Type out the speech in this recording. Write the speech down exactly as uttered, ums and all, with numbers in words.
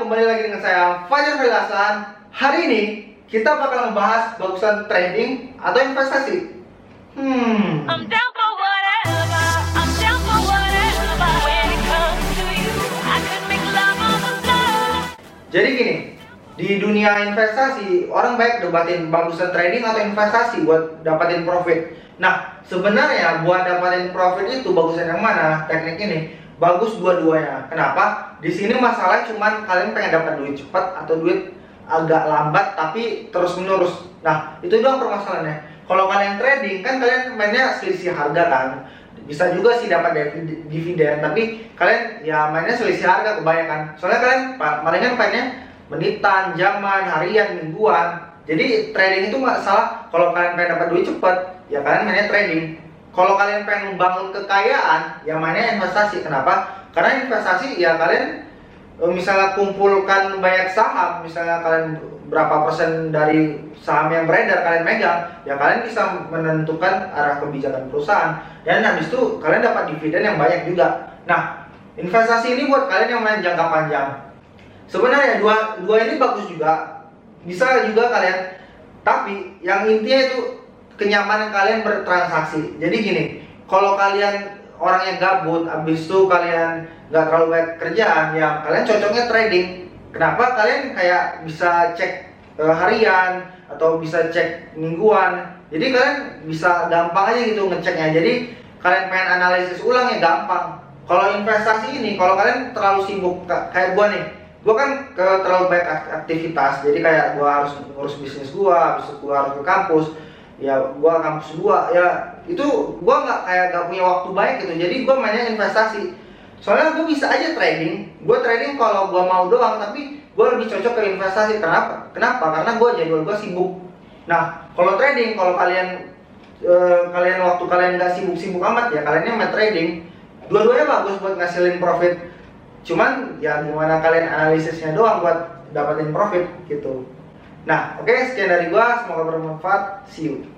kembali lagi dengan saya Fajar Failasan. Hari ini kita bakal membahas bagusan trading atau investasi. Hmm. I'm down for whatever, I'm down for whatever. When it comes to you, I could make love on the floor. Jadi gini, di dunia investasi orang baik debatin bagusan trading atau investasi buat dapatin profit. Nah, sebenarnya buat dapatin profit itu bagusan yang mana? Teknik ini bagus dua-duanya. Kenapa? Di sini masalah cuman kalian pengen dapat duit cepat atau duit agak lambat tapi terus menerus. Nah, itu doang permasalahannya. Kalau kalian trading kan kalian mainnya selisih harga kan. Bisa juga sih dapat dividen, tapi kalian ya mainnya selisih harga kebanyakan. Soalnya kalian palingan mainnya menitan, jaman, harian, mingguan. Jadi trading itu masalah kalau kalian pengen dapat duit cepat, ya kalian mainnya trading. Kalau kalian pengen membangun kekayaan, ya mainnya investasi. Kenapa? Karena investasi ya kalian misalnya kumpulkan banyak saham, misalnya kalian berapa persen dari saham yang beredar kalian megang, ya kalian bisa menentukan arah kebijakan perusahaan. Dan habis itu kalian dapat dividen yang banyak juga. Nah, investasi ini buat kalian yang main jangka panjang. Sebenarnya dua dua ini bagus juga, bisa juga kalian. Tapi yang intinya itu kenyamanan kalian bertransaksi. Jadi gini, kalau kalian orang yang gabut, abis itu kalian nggak terlalu banyak kerjaan, ya kalian cocoknya trading. Kenapa? Kalian kayak bisa cek uh, harian atau bisa cek mingguan. Jadi kalian bisa gampang aja gitu ngeceknya. Jadi kalian pengen analisis ulang ya gampang. Kalau investasi ini, kalau kalian terlalu sibuk kayak gua nih, gua kan ke terlalu banyak aktivitas. Jadi kayak gua harus ngurus bisnis gua, habis itu gua harus ke kampus. Ya gua kampus gua ya itu gua nggak kayak gak punya waktu baik gitu, jadi gua mainnya investasi. Soalnya gua bisa aja trading, gua trading kalau gua mau doang, tapi gua lebih cocok ke investasi. Kenapa? Kenapa? Karena gua jadwal gua sibuk. Nah, kalau trading, kalau kalian e, kalian waktu kalian nggak sibuk-sibuk amat, ya kaliannya main trading. Dua-duanya bagus buat ngasilin profit. Cuman ya gimana kalian analisisnya doang buat dapatin profit gitu. Nah, oke, okay, sekian dari gua, semoga bermanfaat. See you.